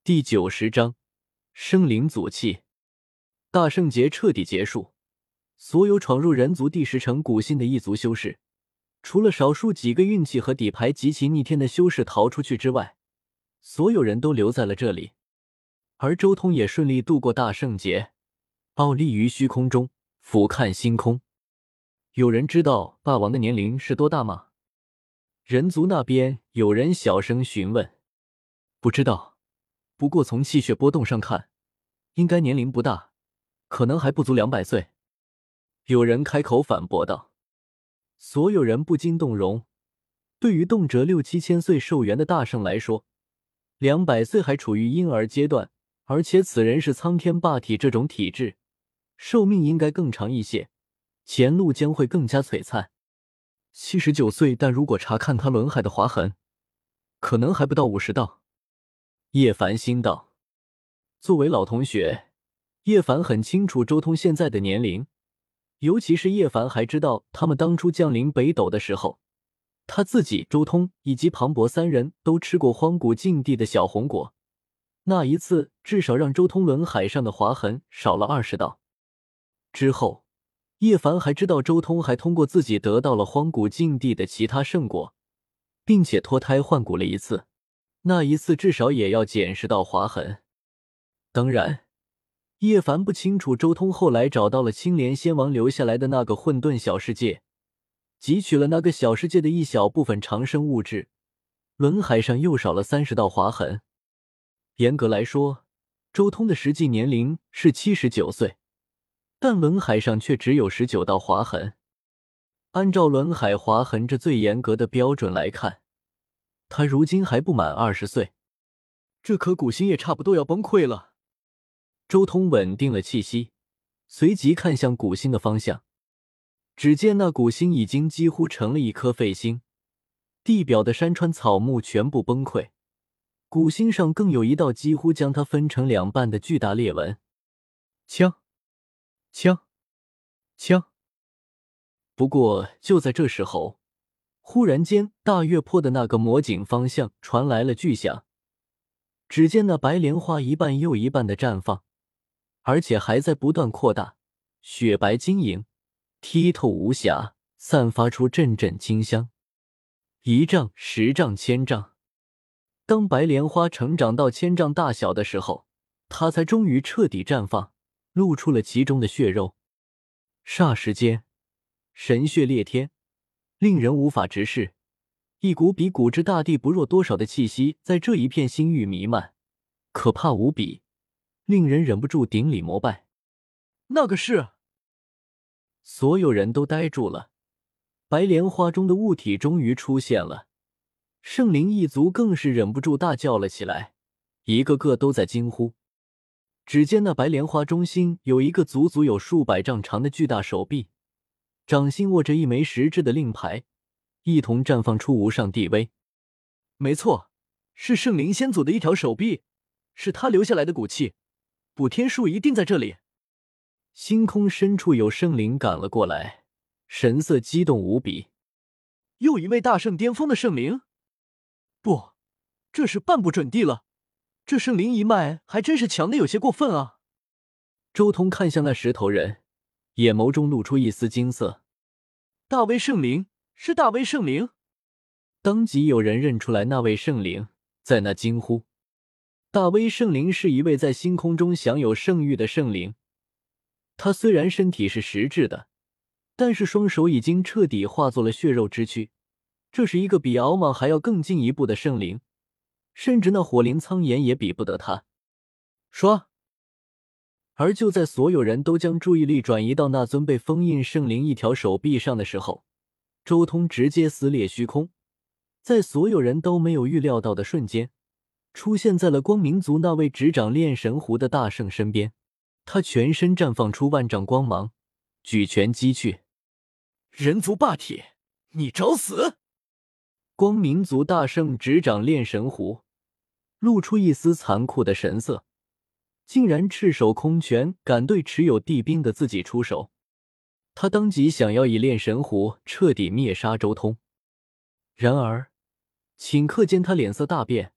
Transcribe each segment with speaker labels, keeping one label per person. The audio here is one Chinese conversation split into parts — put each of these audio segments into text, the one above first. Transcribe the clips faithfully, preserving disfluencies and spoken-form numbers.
Speaker 1: 第九十章生灵祖气。大圣节彻底结束，所有闯入人族第十城古星的异族修士，除了少数几个运气和底牌极其逆天的修士逃出去之外，所有人都留在了这里。而周通也顺利度过大圣节，傲立于虚空中，俯瞰星空。有人知道霸王的年龄是多大吗？人族那边有人小声询问。不知道，不过从气血波动上看，应该年龄不大，可能还不足两百岁。有人开口反驳道。所有人不禁动容，对于动辄六七千岁寿元的大圣来说，两百岁还处于婴儿阶段，而且此人是苍天霸体这种体质，寿命应该更长一些，前路将会更加璀璨。七十九岁，但如果查看他轮海的划痕，可能还不到五十道。叶凡心道。作为老同学，叶凡很清楚周通现在的年龄，尤其是叶凡还知道他们当初降临北斗的时候，他自己、周通以及庞博三人都吃过荒古禁地的小红果，那一次至少让周通轮海上的划痕少了二十道。之后叶凡还知道周通还通过自己得到了荒古禁地的其他圣果，并且脱胎换骨了一次，那一次至少也要捡拾到划痕。当然叶凡不清楚周通后来找到了青莲仙王留下来的那个混沌小世界，汲取了那个小世界的一小部分长生物质，轮海上又少了三十道划痕。严格来说，周通的实际年龄是七十九岁，但轮海上却只有十九道划痕。按照轮海划痕这最严格的标准来看，他如今还不满二十岁，这颗古星也差不多要崩溃了。周通稳定了气息，随即看向古星的方向。只见那古星已经几乎成了一颗废星，地表的山川草木全部崩溃，古星上更有一道几乎将它分成两半的巨大裂纹。锵锵锵！不过就在这时候，忽然间大月坡的那个魔井方向传来了巨响，只见那白莲花一半又一半的绽放，而且还在不断扩大，雪白晶莹，剔透无瑕，散发出阵阵清香。一丈、十丈、千丈，当白莲花成长到千丈大小的时候，它才终于彻底绽放，露出了其中的血肉。霎时间，神血裂天，令人无法直视，一股比古之大地不弱多少的气息在这一片星域弥漫，可怕无比，令人忍不住顶礼膜拜。那个是……所有人都呆住了，白莲花中的物体终于出现了，圣灵一族更是忍不住大叫了起来，一个个都在惊呼。只见那白莲花中心有一个足足有数百丈长的巨大手臂，掌心握着一枚实质的令牌，一同绽放出无上地威。没错，是圣灵先祖的一条手臂，是他留下来的骨气，补天术一定在这里。星空深处有圣灵赶了过来，神色激动无比。又一位大圣巅峰的圣灵？不，这是半步准地了，这圣灵一脉还真是强的有些过分啊。周通看向那石头人，眼眸中露出一丝惊色。大威圣灵，是大威圣灵！当即有人认出来那位圣灵，在那惊呼。大威圣灵是一位在星空中享有圣域的圣灵，他虽然身体是实质的，但是双手已经彻底化作了血肉之躯，这是一个比敖莽还要更进一步的圣灵，甚至那火灵苍炎也比不得他。说。而就在所有人都将注意力转移到那尊被封印圣灵一条手臂上的时候，周通直接撕裂虚空，在所有人都没有预料到的瞬间，出现在了光明族那位执掌炼神壶的大圣身边。他全身绽放出万丈光芒，举拳击去。人族霸体，你找死！光明族大圣执掌炼神壶，露出一丝残酷的神色，竟然赤手空拳敢对持有地兵的自己出手。他当即想要以炼神壶彻底灭杀周通。然而顷刻间他脸色大变，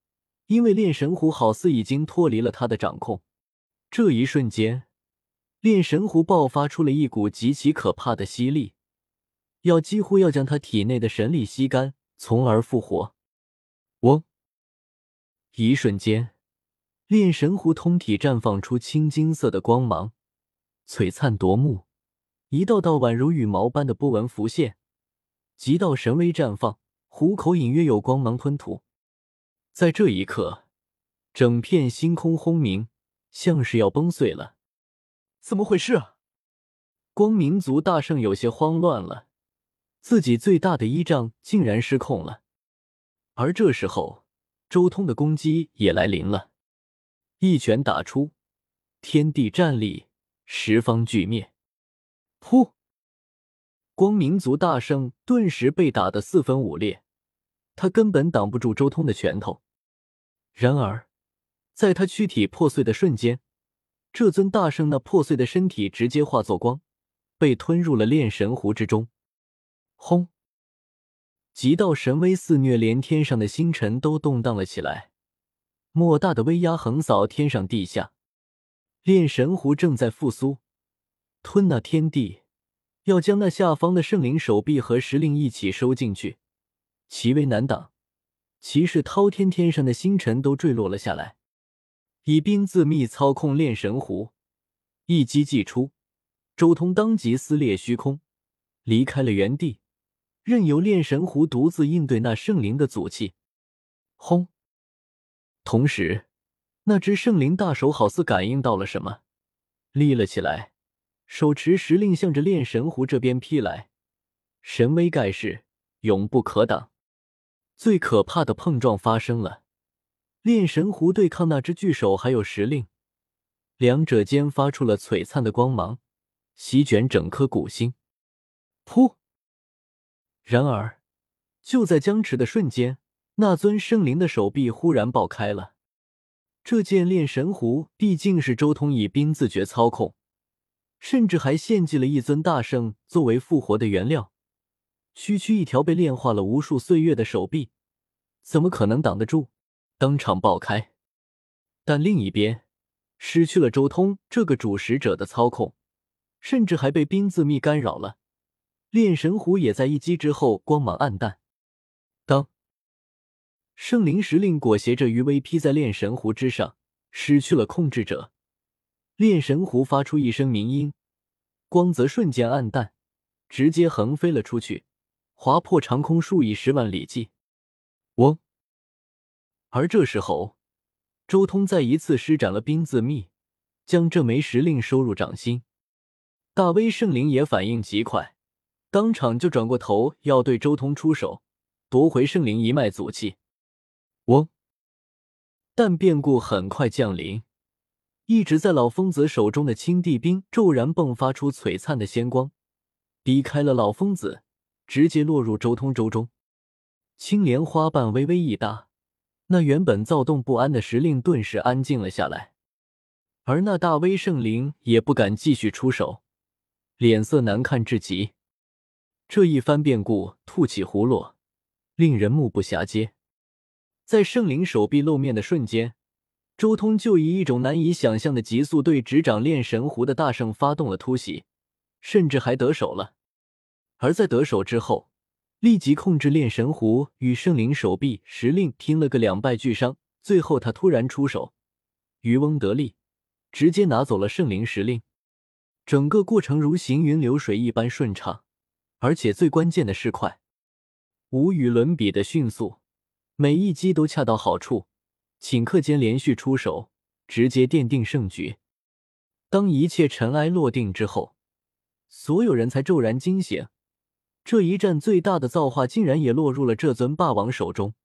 Speaker 1: 因为炼神壶好似已经脱离了他的掌控。这一瞬间，炼神壶爆发出了一股极其可怕的吸力，要几乎要将他体内的神力吸干，从而复活。嗡！一瞬间，炼神壶通体绽放出青金色的光芒，璀璨夺目，一道道宛如羽毛般的波纹浮现，极道神威绽放，壶口隐约有光芒吞吐。在这一刻，整片星空轰鸣，像是要崩碎了。
Speaker 2: 怎么回事啊？
Speaker 1: 光明族大圣有些慌乱了，自己最大的依仗竟然失控了。而这时候，周通的攻击也来临了，一拳打出，天地战栗，十方俱灭。噗！光明族大圣顿时被打得四分五裂，他根本挡不住周通的拳头。然而，在他躯体破碎的瞬间，这尊大圣那破碎的身体直接化作光，被吞入了炼神壶之中。轰！极道神威肆虐，连天上的星辰都动荡了起来，莫大的威压横扫天上地下。炼神壶正在复苏，吞那天地，要将那下方的圣灵手臂和石令一起收进去，其威难挡，其势滔天，天上的星辰都坠落了下来。以冰自秘操控炼神壶，一击即出，周通当即撕裂虚空，离开了原地，任由炼神壶独自应对那圣灵的阻气。轰！同时，那只圣灵大手好似感应到了什么，立了起来，手持石令向着炼神壶这边劈来，神威盖世，永不可挡。最可怕的碰撞发生了，炼神壶对抗那只巨手还有石令，两者间发出了璀璨的光芒，席卷整颗古星。噗！然而，就在僵持的瞬间，那尊圣灵的手臂忽然爆开了。这件炼神壶毕竟是周通以冰自觉操控，甚至还献祭了一尊大圣作为复活的原料。区区一条被炼化了无数岁月的手臂，怎么可能挡得住？当场爆开。但另一边，失去了周通这个主使者的操控，甚至还被冰自秘干扰了。炼神壶也在一击之后光芒暗淡。当圣灵石令裹挟着余威劈在炼神壶之上，失去了控制者。炼神壶发出一声鸣音，光泽瞬间暗淡，直接横飞了出去，划破长空数以十万里计。嗡！而这时候，周通再一次施展了冰自秘，将这枚石令收入掌心。大威圣灵也反应极快，当场就转过头要对周通出手，夺回圣灵一脉祖气。嗡！但变故很快降临，一直在老疯子手中的青帝兵骤然迸发出璀璨的仙光，逼开了老疯子，直接落入周通周中。青莲花瓣微微一搭，那原本躁动不安的石令顿时安静了下来，而那大威圣灵也不敢继续出手，脸色难看至极。这一番变故吐起胡落，令人目不暇接。在圣灵手臂露面的瞬间，周通就以一种难以想象的急速对执掌炼神壶的大圣发动了突袭，甚至还得手了。而在得手之后，立即控制炼神壶与圣灵手臂石令拼了个两败俱伤，最后他突然出手，渔翁得利，直接拿走了圣灵石令。整个过程如行云流水一般顺畅，而且最关键的是快，无与伦比的迅速，每一击都恰到好处，顷刻间连续出手，直接奠定胜局。当一切尘埃落定之后，所有人才骤然惊醒，这一战最大的造化竟然也落入了这尊霸王手中。